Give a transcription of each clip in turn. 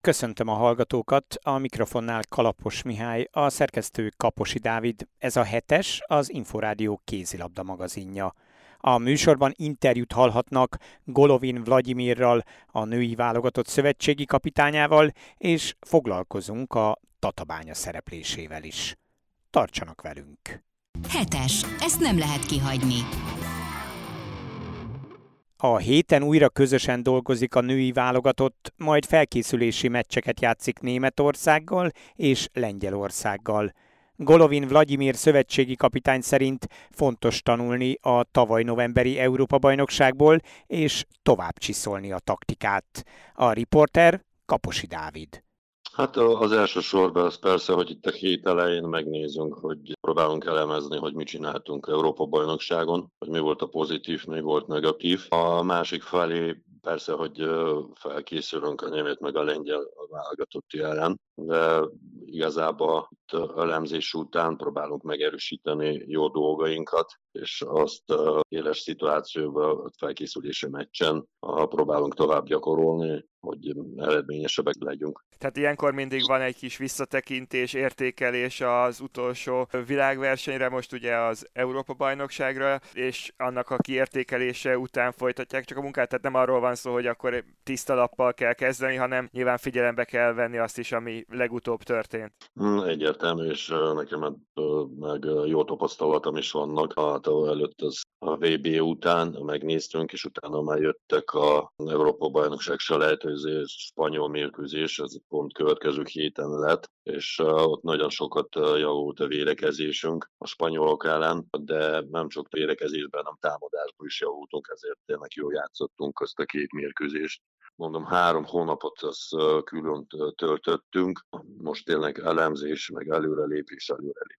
Köszöntöm a hallgatókat, a mikrofonnál Kalapos Mihály, a szerkesztő Kaposi Dávid. Ez a hetes, az Inforádió kézilabda magazinja. A műsorban interjút hallhatnak Golovin Vlagyimirral, a női válogatott szövetségi kapitányával, és foglalkozunk a Tatabánya szereplésével is. Tartsanak velünk! Hetes, ezt nem lehet kihagyni. A héten újra közösen dolgozik a női válogatott, majd felkészülési meccseket játszik Németországgal és Lengyelországgal. Golovin Vlagyimir szövetségi kapitány szerint fontos tanulni a tavaly novemberi Európa-bajnokságból és tovább csiszolni a taktikát. A riporter Kaposi Dávid. Hát az első sorban az persze, hogy itt a hét elején megnézünk, hogy próbálunk elemezni, hogy mit csináltunk Európa-bajnokságon, hogy mi volt a pozitív, mi volt negatív. A másik felé persze, hogy felkészülünk a német meg a lengyel válogatotti ellen, de igazából elemzés után próbálunk megerősíteni jó dolgainkat, és azt éles szituációban, felkészülési meccsen próbálunk tovább gyakorolni, hogy eredményesebbek legyünk. Tehát ilyenkor mindig van egy kis visszatekintés, értékelés az utolsó világversenyre, most ugye az Európa-bajnokságra, és annak a kiértékelése után folytatják csak a munkát, tehát nem arról van szó, hogy akkor tiszta lappal kell kezdeni, hanem nyilván figyelembe kell venni azt is, ami legutóbb történt. Egyértelmű, és nekem meg jó tapasztalatom is vannak. A tavaly előtt az a VB után megnéztünk, és utána már jöttek a Európa-bajnokság selejtező spanyol mérkőzés, ez pont következő héten lett, és ott nagyon sokat javult a védekezésünk a spanyolok ellen, de nem csak védekezésben, hanem támadásban is javultunk, ezért tényleg jól játszottunk azt a két mérkőzést. Mondom, 3 hónapot az külön töltöttünk, most tényleg elemzés, meg előrelépés.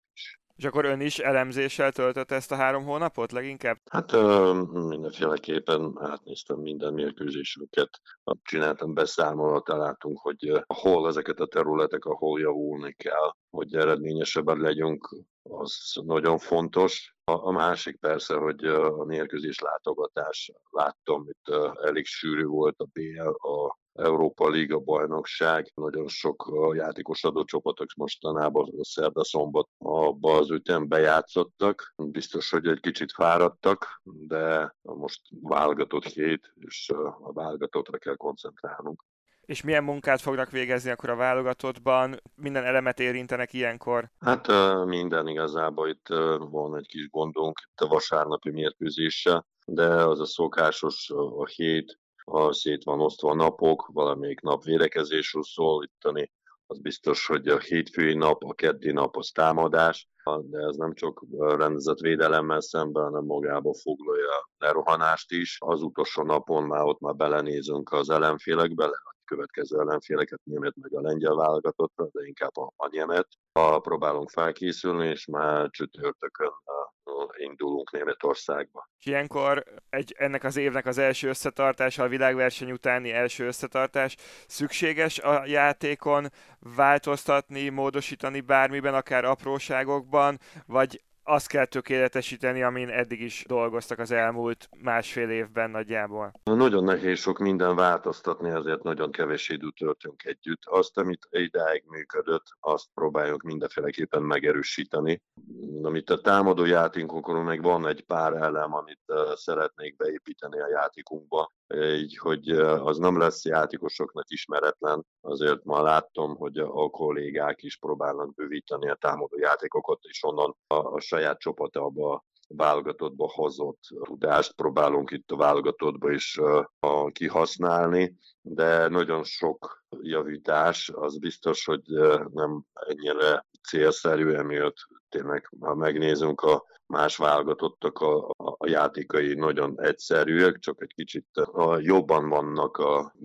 És akkor ön is elemzéssel töltött ezt a 3 hónapot leginkább? Hát mindenféleképpen átnéztem minden mérkőzésünket, csináltam beszámolót, találtunk, hogy hol ezeket a területek, ahol javulni kell, hogy eredményesebben legyünk, az nagyon fontos. A másik persze, hogy a mérkőzés látogatás, láttam, itt elég sűrű volt a BL, a Európa Liga bajnokság, nagyon sok játékos adócsapatok mostanában a szerda-szombat abba az ütembe játszottak. Biztos, hogy egy kicsit fáradtak, de most válogatott hét, és a válogatottra kell koncentrálnunk. És milyen munkát fognak végezni akkor a válogatottban? Minden elemet érintenek ilyenkor? Hát minden igazából itt van egy kis gondunk itt a vasárnapi mérkőzéssel, de az a szokásos a hét, szét van osztva a napok, valamelyik nap védekezésről szól, itteni az biztos, hogy a hétfői nap, a keddi nap az támadás, de ez nem csak rendezett védelemmel szemben, hanem magába foglalja a lerohanást is. Az utolsó napon ott már belenézünk az ellenfélekbe, a következő ellenféleket, német meg a lengyel válogatottra, de inkább a német. Próbálunk felkészülni, és már csütörtökön indulunk Németországba. És ilyenkor ennek az évnek az első összetartása, a világverseny utáni első összetartás, szükséges a játékon változtatni, módosítani bármiben, akár apróságokban, vagy azt kell tökéletesíteni, amin eddig is dolgoztak az elmúlt másfél évben nagyjából? Nagyon nehéz sok minden változtatni, ezért nagyon kevés időt töltünk együtt. Azt, amit idáig működött, azt próbáljuk mindenféleképpen megerősíteni. Amit a támadó játékunkon meg van egy pár elem, amit szeretnék beépíteni a játékunkba, így, hogy az nem lesz játékosoknak ismeretlen. Azért már láttam, hogy a kollégák is próbálnak bővíteni a támadó játékokat, és onnan a saját csapatába válogatottba hozott tudást próbálunk itt a válogatottba is kihasználni, de nagyon sok javítás, az biztos, hogy nem ennyire célszerű, emiatt tényleg, ha megnézünk a más válogatottak, a játékai nagyon egyszerűek, csak egy kicsit jobban vannak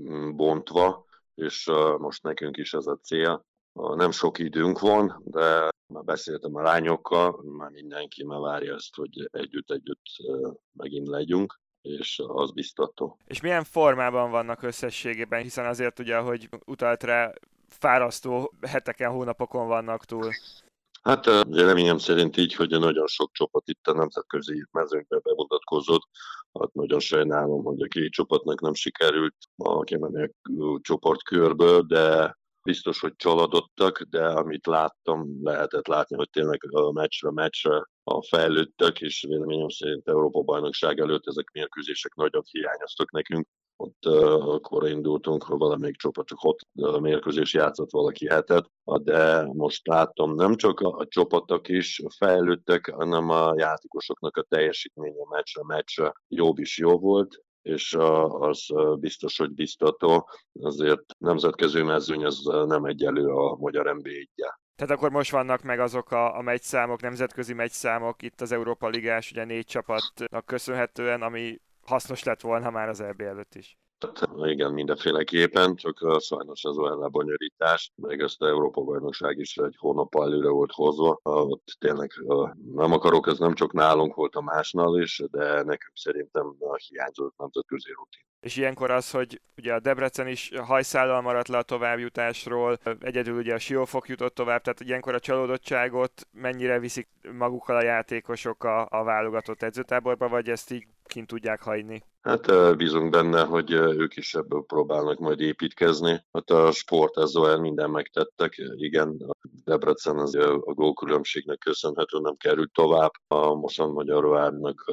bontva, és most nekünk is ez a cél. Nem sok időnk van, de már beszéltem a lányokkal, már mindenki már várja ezt, hogy együtt megint legyünk, és az biztató. És milyen formában vannak összességében, hiszen azért ugye, ahogy utalt rá, fárasztó heteken, hónapokon vannak túl? Hát véleményem szerint így, hogy nagyon sok csapat itt a nemzetközi mezőnyben bemutatkozott. Hát nagyon sajnálom, hogy a két csapatnak nem sikerült kimenni a csoportkörből, de biztos, hogy csalódottak, de amit láttam, lehetett látni, hogy tényleg a meccsre fejlődtek, és véleményem szerint Európa-bajnokság előtt ezek mérkőzések nagyon hiányoztak nekünk. Ott akkor indultunk, ha valamelyik csapat csak 6 mérkőzés játszott valaki hetet, de most látom, nem csak a csapatok is fejlődtek, hanem a játékosoknak a teljesítménye meccsre jobb is jó volt, és az biztos, hogy biztató, azért nemzetközi mezőny az nem egyelő a magyar NB1-jel. Tehát akkor most vannak meg azok a meccsszámok, nemzetközi meccsszámok itt az Európa Ligás, ugye 4 csapatnak köszönhetően, ami hasznos lett volna már az EB előtt is. Igen, mindenféleképpen, csak sajnos az olyan lebonyolítás, meg ezt a Európa-bajnokság is egy hónappal előre volt hozva. Ott tényleg nem akarok, ez nem csak nálunk volt, a másnál is, de nekünk szerintem hiányzott nemzetközi rutin. És ilyenkor az, hogy ugye a Debrecen is hajszállal maradt le a továbbjutásról, egyedül ugye a Siófok jutott tovább, tehát ilyenkor a csalódottságot mennyire viszik magukkal a játékosok a válogatott edzőtáborba, vagy ezt így kint tudják hagyni? Hát bízunk benne, hogy ők is ebből próbálnak majd építkezni. Hát a sport ez olyan minden megtettek. Igen, a Debrecen az a gólkülönbségnek köszönhetően nem került tovább. A Moson Magyarvárnak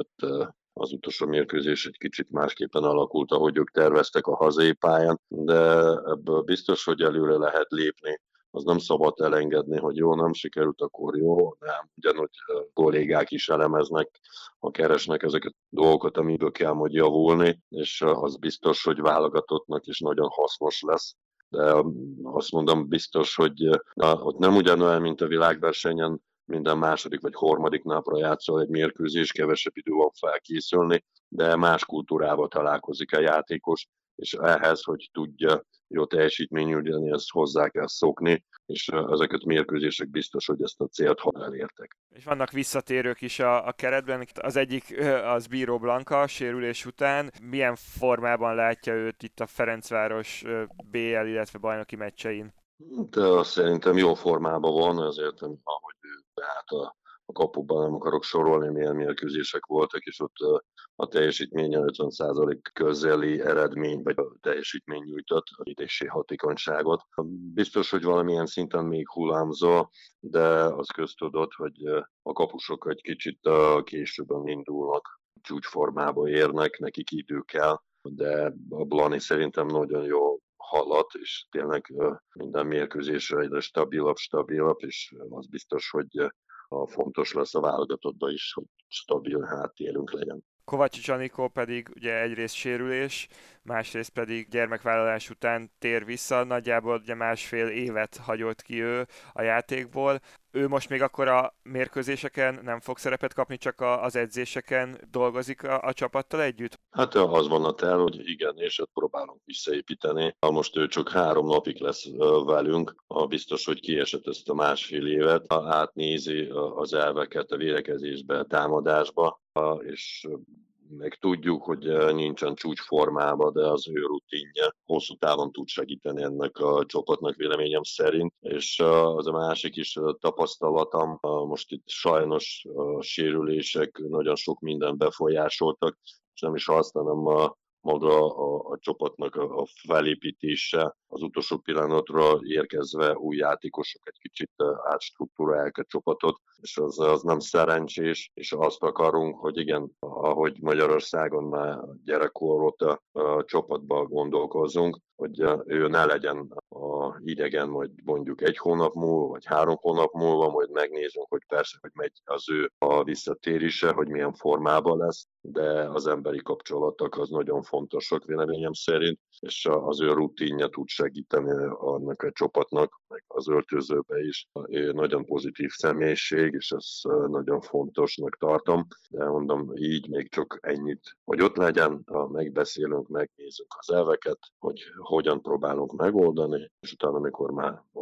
az utolsó mérkőzés egy kicsit másképpen alakult, ahogy ők terveztek a hazai pályán, de ebből biztos, hogy előre lehet lépni. Az nem szabad elengedni, hogy jó, nem sikerült, akkor jó, nem. Ugyanúgy kollégák is elemeznek, ha keresnek ezeket a dolgokat, amiből kell majd javulni, és az biztos, hogy válogatottnak is nagyon hasznos lesz. De azt mondom, biztos, hogy ott nem ugyanolyan, mint a világversenyen, minden második vagy harmadik napra játszol egy mérkőzés, kevesebb idő van felkészülni, de más kultúrával találkozik a játékos, és ehhez, hogy tudja jó teljesítményűzni, ezt hozzá kell szokni, és ezeket a mérkőzések biztos, hogy ezt a célt elértek. És vannak visszatérők is a keretben. Az egyik az Bíró Blanka sérülés után. Milyen formában látja őt itt a Ferencváros BL, illetve bajnoki meccsein? De szerintem jó formában van, ezért ahogy beállt a kapuban, nem akarok sorolni, milyen mérkőzések voltak, és ott a teljesítménye 50% közeli eredmény, vagy a teljesítmény nyújtott, a védési hatékonyságot. Biztos, hogy valamilyen szinten még hullámzó, de az köztudott, hogy a kapusok egy kicsit későbben indulnak, csúcsformába érnek, nekik idő kell, de a Blani szerintem nagyon jó halad, és tényleg minden mérkőzésre egyre stabilabb, és az biztos, hogy fontos lesz a válogatottban is, hogy stabil háttérünk legyen. Kovácsics Anikó pedig ugye egyrészt sérülés, másrészt pedig gyermekvállalás után tér vissza, nagyjából ugye 1,5 évet hagyott ki ő a játékból. Ő most még akkor a mérkőzéseken nem fog szerepet kapni, csak az edzéseken dolgozik a csapattal együtt? Hát az van a terv, hogy igen, és ott próbálunk visszaépíteni. Most ő csak 3 napig lesz velünk, biztos, hogy kiesett ezt a 1,5 évet, átnézi az elveket a védekezésbe, támadásba, és meg tudjuk, hogy nincsen csúcsformában, de az ő rutinja hosszú távon tud segíteni ennek a csapatnak véleményem szerint, és az a másik is tapasztalatom, most itt sajnos a sérülések nagyon sok minden befolyásoltak, és nem is azt, hanem maga a csapatnak a felépítése, az utolsó pillanatra érkezve új játékosok egy kicsit átstruktúrálják a csapatot, és az nem szerencsés, és azt akarunk, hogy igen, ahogy Magyarországon már gyerekkor óta a csapatban gondolkozunk, hogy ő ne legyen idegen, majd mondjuk 1 hónap múlva, vagy 3 hónap múlva, majd megnézünk, hogy persze, hogy megy az ő a visszatérése, hogy milyen formában lesz, de az emberi kapcsolatok az nagyon fontosak véleményem szerint, és az ő rutinja tud segíteni annak a csapatnak, meg az öltözőbe is. Ő nagyon pozitív személyiség, és ezt nagyon fontosnak tartom, de mondom, így még csak ennyit, hogy ott legyen, megbeszélünk, megnézzük az elveket, hogy hogyan próbálunk megoldani, és utána, amikor már olyan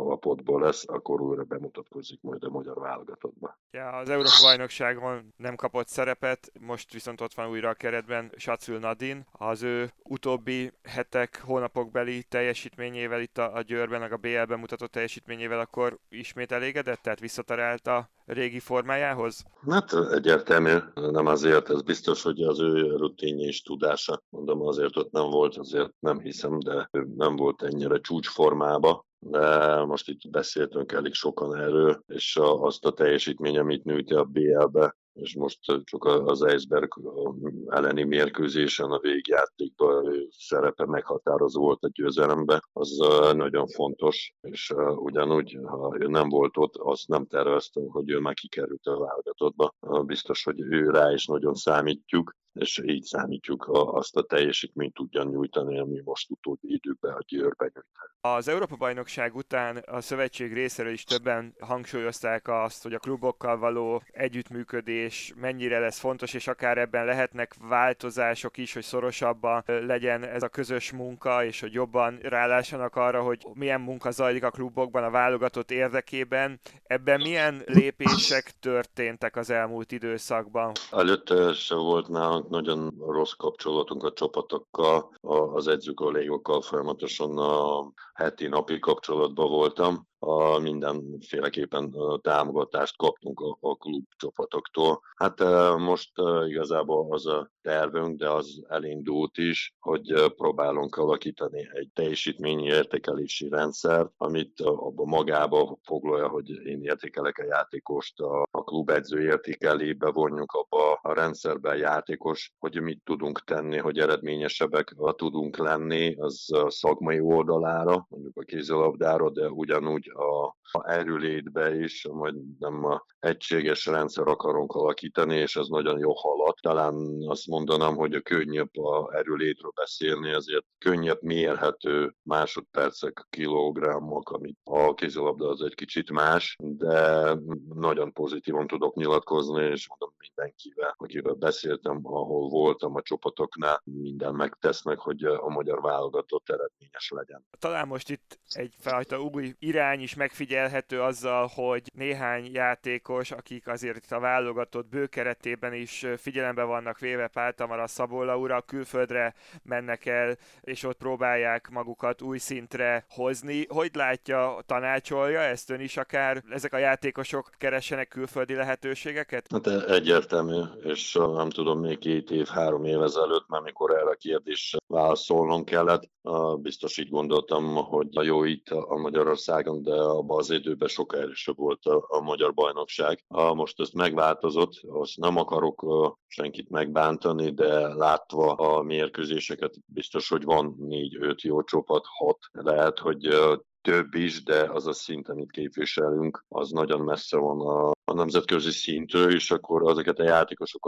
a potból lesz, akkor újra bemutatkozik majd a magyar válogatottba. Ja, az Európa-bajnokságon nem kapott szerepet, most viszont ott van újra a keretben Szacül Nadin. Az ő utóbbi hetek, hónapokbeli teljesítményével itt a Győrben, meg a BL-ben mutatott teljesítményével akkor ismét elégedett? Tehát visszatalált a régi formájához? Hát egyértelmű, nem azért, ez biztos, hogy az ő rutinja és tudása, mondom, azért ott nem volt, azért nem hiszem, de nem volt ennyire csúcsformába. De most itt beszéltünk elég sokan erről, és azt a teljesítmény, amit nyújt a BL-be, és most csak az Eisberg elleni mérkőzésen a végjátékban szerepe meghatározó volt a győzelemben, az nagyon fontos, és ugyanúgy, ha ő nem volt ott, azt nem terveztem, hogy ő már kikerült a válogatottba. Biztos, hogy ő rá is nagyon számítjuk, és így számítjuk, azt a teljesítményt tudja nyújtani, ami most utóbbi időben a Győrben nyújt. Az Európa-bajnokság után a szövetség részéről is többen hangsúlyozták azt, hogy a klubokkal való együttműködés mennyire lesz fontos, és akár ebben lehetnek változások is, hogy szorosabban legyen ez a közös munka, és hogy jobban rálássanak arra, hogy milyen munka zajlik a klubokban a válogatott érdekében. Ebben milyen lépések történtek az elmúlt időszakban? Előtte se volt nálunk nagyon rossz kapcsolatunk a csapatokkal, az edzőkollégokkal folyamatosan a heti napi kapcsolatban voltam. Mindenféleképpen támogatást kaptunk a klubcsapatoktól. Hát most igazából az a tervünk, de az elindult is, hogy próbálunk alakítani egy teljesítményi értékelési rendszert, amit abban magába foglalja, hogy én értékelek a játékost, a klub edző értékeli, bevonjuk abba a rendszerbe a játékos, hogy mit tudunk tenni, hogy eredményesebbek tudunk lenni, az a szakmai oldalára, mondjuk a kézilabdára, de ugyanúgy a erőlétbe is, majd nem a egységes rendszer akarunk alakítani, és ez nagyon jó halad. Talán azt mondanám, hogy a könnyebb a erőlétről beszélni, ezért könnyebb mérhető másodpercek, kilogrammok, amit a kézilabda az egy kicsit más, de nagyon pozitívan tudok nyilatkozni, és mondom mindenkivel, akivel beszéltem, ahol voltam a csapatoknál, minden megtesznek, hogy a magyar válogatott eredményes legyen. Talán most itt egyfajta új irány is megfigyelhető azzal, hogy néhány játékos, akik azért itt a válogatott bőkeretében is figyelembe vannak véve, Pál Tamara, Szabó Laura, külföldre mennek el, és ott próbálják magukat új szintre hozni. Hogy látja, tanácsolja ezt ön is akár? Ezek a játékosok keressenek külföldi lehetőségeket? Hát egyértelmű, és nem tudom, még 2 év, 3 év ezelőtt, már mikor erre a kérdésre válaszolnom kellett, biztos így gondoltam, hogy jó itt a Magyarországon, de abban az időben sokkal erősebb volt a magyar bajnokság. Most ezt megváltozott, azt nem akarok senkit megbántani, de látva a mérkőzéseket, biztos, hogy van 4-5 jó csapat, 6, lehet, hogy több is, de az a szint, amit képviselünk, az nagyon messze van a nemzetközi szintről, és akkor azokat a játékosok,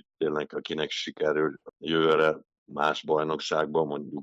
akinek sikerül jövőre más bajnokságban, mondjuk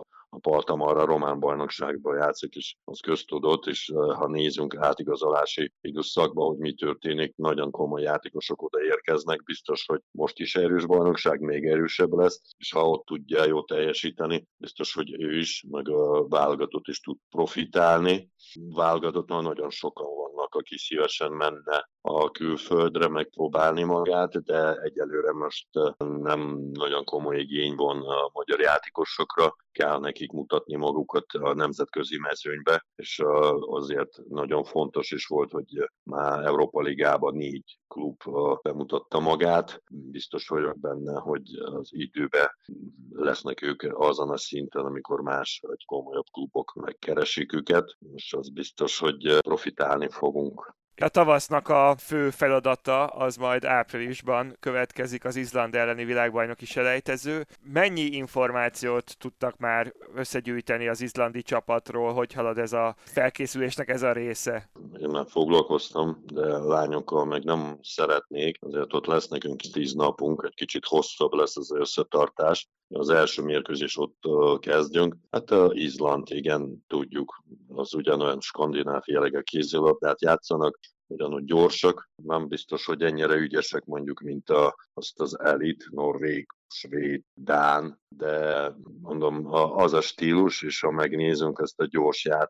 a Pál Tamara román bajnokságban játszik, és az köztudott, és ha nézzünk átigazolási időszakban, hogy mi történik, nagyon komoly játékosok oda érkeznek, biztos, hogy most is erős bajnokság, még erősebb lesz, és ha ott tudja jól teljesíteni, biztos, hogy ő is, meg a válogatott is tud profitálni. Válogatottban nagyon sokan vannak, aki szívesen menne a külföldre megpróbálni magát, de egyelőre most nem nagyon komoly igény van a magyar játékosokra, kell nekik mutatni magukat a nemzetközi mezőnybe, és azért nagyon fontos is volt, hogy már Európa Ligában 4 klub bemutatta magát. Biztos vagyok benne, hogy az időben lesznek ők azon a szinten, amikor más vagy komolyabb klubok megkeresik őket, és az biztos, hogy profitálni fogunk. A tavasznak a fő feladata az majd áprilisban következik, az Izland elleni világbajnoki selejtező. Mennyi információt tudtak már összegyűjteni az izlandi csapatról, hogy halad ez a felkészülésnek ez a része? Én már foglalkoztam, de lányokkal meg nem szeretnék, azért ott lesz nekünk 10 napunk, egy kicsit hosszabb lesz az összetartás. Az első mérkőzés ott kezdjünk. Hát Izland, igen, tudjuk, az ugyanolyan skandináv jellegű kézilabdát játszanak, ugyanúgy gyorsak, nem biztos, hogy ennyire ügyesek mondjuk, mint azt az elit, norvég, svéd, dán, de mondom, az a stílus, és ha megnézünk ezt a gyors játék,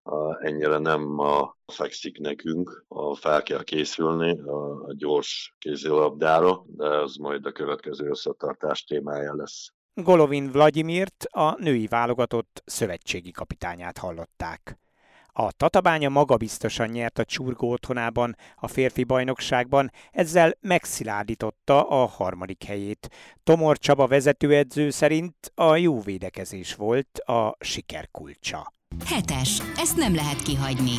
ennyire nem fekszik nekünk, fel kell készülni a gyors kézilabdára, de ez majd a következő összetartás témája lesz. Golovin Vladimirt, a női válogatott szövetségi kapitányát hallották. A Tatabánya magabiztosan nyert a Csurgó otthonában a férfi bajnokságban, ezzel megszilárdította a harmadik helyét. Tomor Csaba vezetőedző szerint a jó védekezés volt a siker kulcsa. 7-es, ezt nem lehet kihagyni.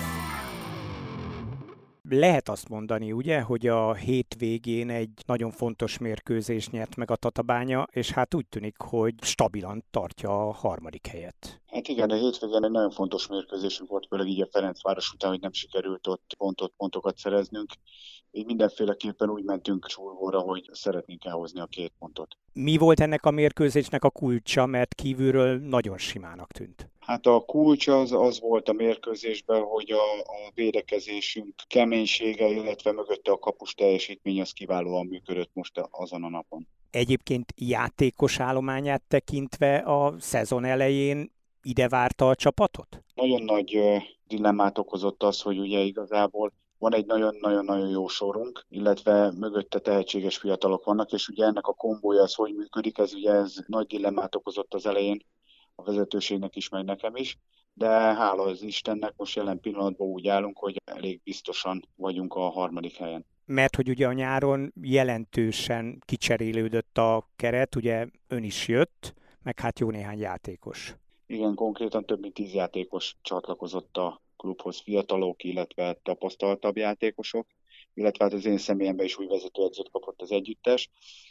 Lehet azt mondani, ugye, hogy a hétvégén egy nagyon fontos mérkőzést nyert meg a Tatabánya, és hát úgy tűnik, hogy stabilan tartja a harmadik helyet. Hát igen, a hétvégén egy nagyon fontos mérkőzésünk volt, főleg így a Ferencváros után, hogy nem sikerült ott pontokat szereznünk. Így mindenféleképpen úgy mentünk Csurgóra, hogy szeretnénk elhozni a 2 pontot. Mi volt ennek a mérkőzésnek a kulcsa, mert kívülről nagyon simának tűnt? Hát a kulcs az volt a mérkőzésben, hogy a védekezésünk keménysége, illetve mögötte a kapus teljesítmény az kiválóan működött most azon a napon. Egyébként játékos állományát tekintve a szezon elején ide várta a csapatot? Nagyon nagy dilemmát okozott az, hogy ugye igazából van egy nagyon-nagyon jó sorunk, illetve mögötte tehetséges fiatalok vannak, és ugye ennek a kombója az hogy működik, ez nagy dilemmát okozott az elején a vezetőségnek is, meg nekem is, de hála az Istennek most jelen pillanatban úgy állunk, hogy elég biztosan vagyunk a harmadik helyen. Mert hogy ugye a nyáron jelentősen kicserélődött a keret, ugye ön is jött, meg hát jó néhány játékos. Igen, konkrétan több mint 10 játékos csatlakozott a klubhoz, fiatalok, illetve tapasztaltabb játékosok, illetve hát az én személyemben is új vezetőedzőt kapott az együttes.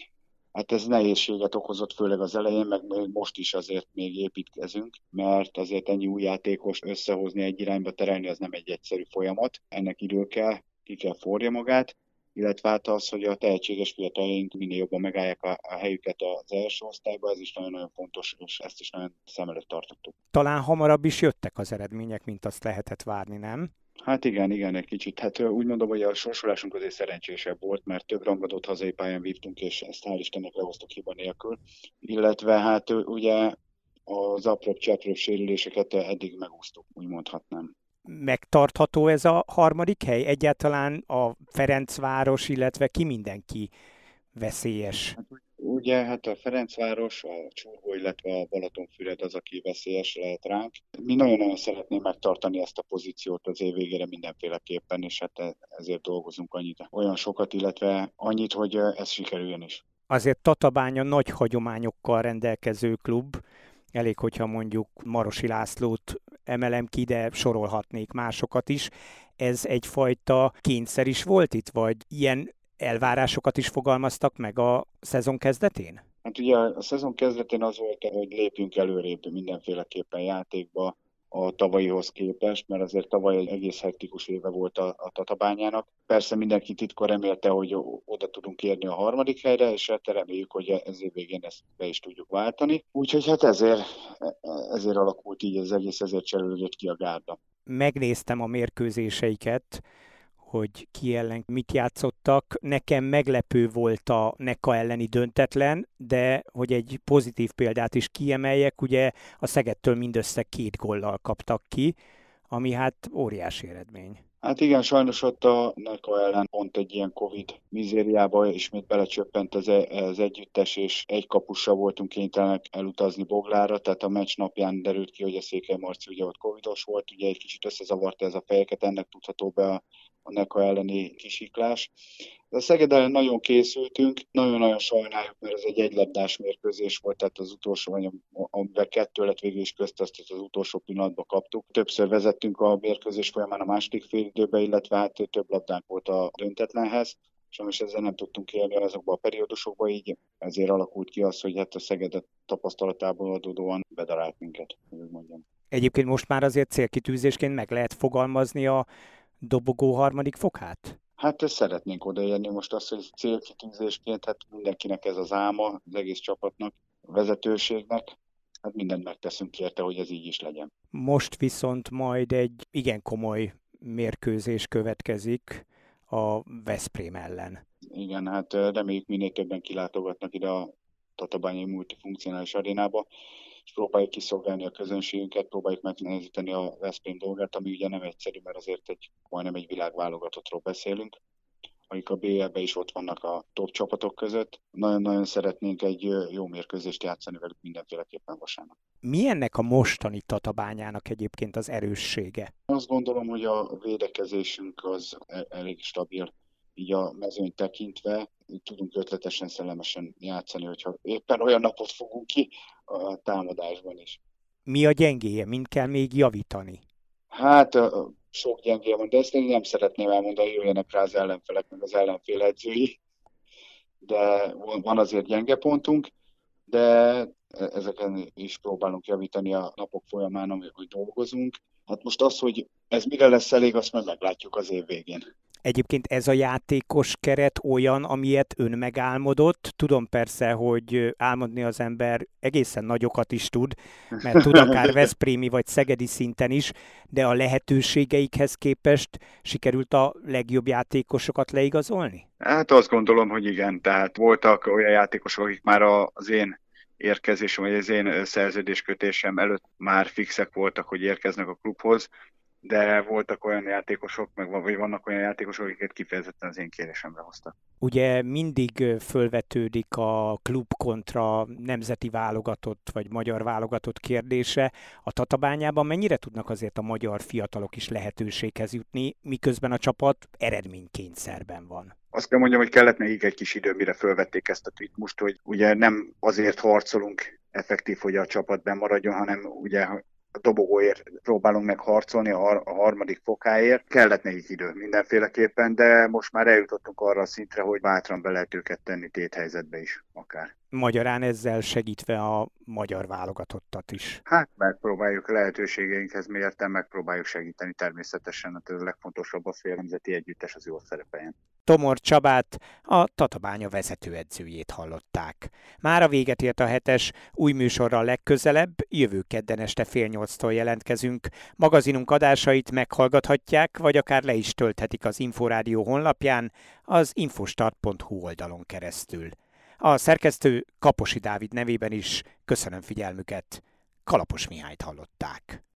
Hát ez nehézséget okozott, főleg az elején, meg most is azért még építkezünk, mert azért ennyi új játékos összehozni, egy irányba terelni, az nem egy egyszerű folyamat. Ennek idő kell, ki kell forja magát, illetve hát az, hogy a tehetséges fiataljaink minél jobban megállják a helyüket az első osztályba, ez is nagyon-nagyon fontos, és ezt is nagyon szem előtt tartottuk. Talán hamarabb is jöttek az eredmények, mint azt lehetett várni, nem? Hát igen, egy kicsit. Hát úgy mondom, hogy a sorsolásunk azért szerencsésebb volt, mert több rangadót hazai pályán vívtunk, és ezt hál' Istennek lehoztuk hiba nélkül. Illetve hát ugye az apróbb-cseprőbb sérüléseket eddig megúsztuk, úgy mondhatnám. Megtartható ez a harmadik hely? Egyáltalán a Ferencváros, illetve ki mindenki veszélyes? Ugye hát a Ferencváros, a Csurgó, illetve a Balatonfüred az, aki veszélyes lehet ránk. Mi nagyon-nagyon szeretnénk megtartani ezt a pozíciót az év végére mindenféleképpen, és hát ezért dolgozunk olyan sokat, illetve annyit, hogy ez sikerüljön is. Azért Tatabánya nagy hagyományokkal rendelkező klub, elég, hogyha mondjuk Marosi Lászlót emelem ki, de sorolhatnék másokat is. Ez egyfajta kényszer is volt itt, vagy ilyen elvárásokat is fogalmaztak meg a szezon kezdetén? Hát ugye a szezon kezdetén az volt, hogy lépjünk előrébb mindenféleképpen játékba a tavalyihoz képest, mert azért tavaly egy egész hektikus éve volt a Tatabányának. Persze mindenki titkon remélte, hogy oda tudunk érni a harmadik helyre, és hát reméljük, hogy ez év végén ezt be is tudjuk váltani. Úgyhogy hát ezért alakult így az egész, ezért cserélődött ki a gárda. Megnéztem a mérkőzéseiket, hogy ki ellen mit játszottak. Nekem meglepő volt a Neka elleni döntetlen, de hogy egy pozitív példát is kiemeljek, ugye a Szegedtől mindössze 2 góllal kaptak ki, ami hát óriási eredmény. Hát igen, sajnos ott a Neka ellen pont egy ilyen Covid mizériába ismét belecsöppent az együttes, és egy kapussal voltunk kénytelenek elutazni Boglára, tehát a meccs napján derült ki, hogy a Székely Marci ugye ott covidos volt, ugye egy kicsit összezavarta ez a fejeket, ennek tudható be a Neka elleni kisiklás. De a Szeged ellen nagyon készültünk, nagyon-nagyon sajnáljuk, mert ez egy egylabdás mérkőzés volt, tehát az utolsó, amivel 2 lett végül is közt, azt az utolsó pillanatban kaptuk. Többször vezettünk a mérkőzés folyamán a második félidőbe, illetve hát több labdánk volt a döntetlenhez, és ezzel nem tudtunk élni azokban a periódusokban, így ezért alakult ki az, hogy hát a Szeged tapasztalatából adódóan bedarált minket, hogy mondjam. Egyébként most már azért célkitűzésként meg lehet fogalmazni a dobogó harmadik fokát? Hát ezt szeretnénk odaérni most azt, hogy célkitűzésként, hát mindenkinek ez az álma, az egész csapatnak, a vezetőségnek, hát mindent megteszünk érte, hogy ez így is legyen. Most viszont majd egy igen komoly mérkőzés következik a Veszprém ellen. Igen, hát reméljük minél többen kilátogatnak ide a Tatabányai multifunkcionális arénába, és próbáljuk kiszolgálni a közönségünket, próbáljuk megnehezíteni a Veszprém dolgát, ami ugye nem egyszerű, mert azért majdnem egy világválogatottról beszélünk, akik a BL-be is ott vannak a top csapatok között. Nagyon-nagyon szeretnénk egy jó mérkőzést játszani velük mindenféleképpen vasárnap. Mi ennek a mostani Tatabányának egyébként az erőssége? Azt gondolom, hogy a védekezésünk az elég stabil, így a mezőnyt tekintve tudunk ötletesen, szellemesen játszani, hogyha éppen olyan napot fogunk ki a támadásban is. Mi a gyengéje? Mind kell még javítani? Hát sok gyengéje van, de ezt én nem szeretném elmondani, jöjjenek rá az ellenfelek, meg az ellenfél edzői, de van azért gyenge pontunk, de ezeken is próbálunk javítani a napok folyamán, hogy dolgozunk. Hát most az, hogy ez mire lesz elég, azt majd meglátjuk az év végén. Egyébként ez a játékos keret olyan, amilyet ön megálmodott. Tudom persze, hogy álmodni az ember egészen nagyokat is tud, mert tud akár veszprémi vagy szegedi szinten is, de a lehetőségeikhez képest sikerült a legjobb játékosokat leigazolni? Hát azt gondolom, hogy igen. Tehát voltak olyan játékosok, akik már az én érkezésem, vagy az én szerződéskötésem előtt már fixek voltak, hogy érkeznek a klubhoz, de voltak olyan játékosok, vagy vannak olyan játékosok, akiket kifejezetten az én kérésemre hoztak. Ugye mindig fölvetődik a klub kontra nemzeti válogatott, vagy magyar válogatott kérdése. A Tatabányában mennyire tudnak azért a magyar fiatalok is lehetőséghez jutni, miközben a csapat eredménykényszerben van? Azt kell mondjam, hogy kellett nekik egy kis idő, mire fölvették ezt a ritmust, hogy ugye nem azért harcolunk effektív, hogy a csapat benn maradjon, hanem ugye a dobogóért próbálunk meg harcolni a harmadik fokáért. Kellett nekik idő mindenféleképpen, de most már eljutottunk arra a szintre, hogy bátran be lehet őket tenni téthelyzetbe is akár. Magyarán ezzel segítve a magyar válogatottat is. Hát megpróbáljuk lehetőségeinkhez mérten, megpróbáljuk segíteni természetesen, a legfontosabb az, hogy a nemzeti együttes az jól szerepeljen. Tomor Csabát, a Tatabánya vezetőedzőjét hallották. Mára véget ért a hetes, új műsorral legközelebb, jövő kedden este 7:30-tól jelentkezünk. Magazinunk adásait meghallgathatják, vagy akár le is tölthetik az Inforádió honlapján, az infostart.hu oldalon keresztül. A szerkesztő Kaposi Dávid nevében is köszönöm figyelmüket. Kalapos Mihályt hallották.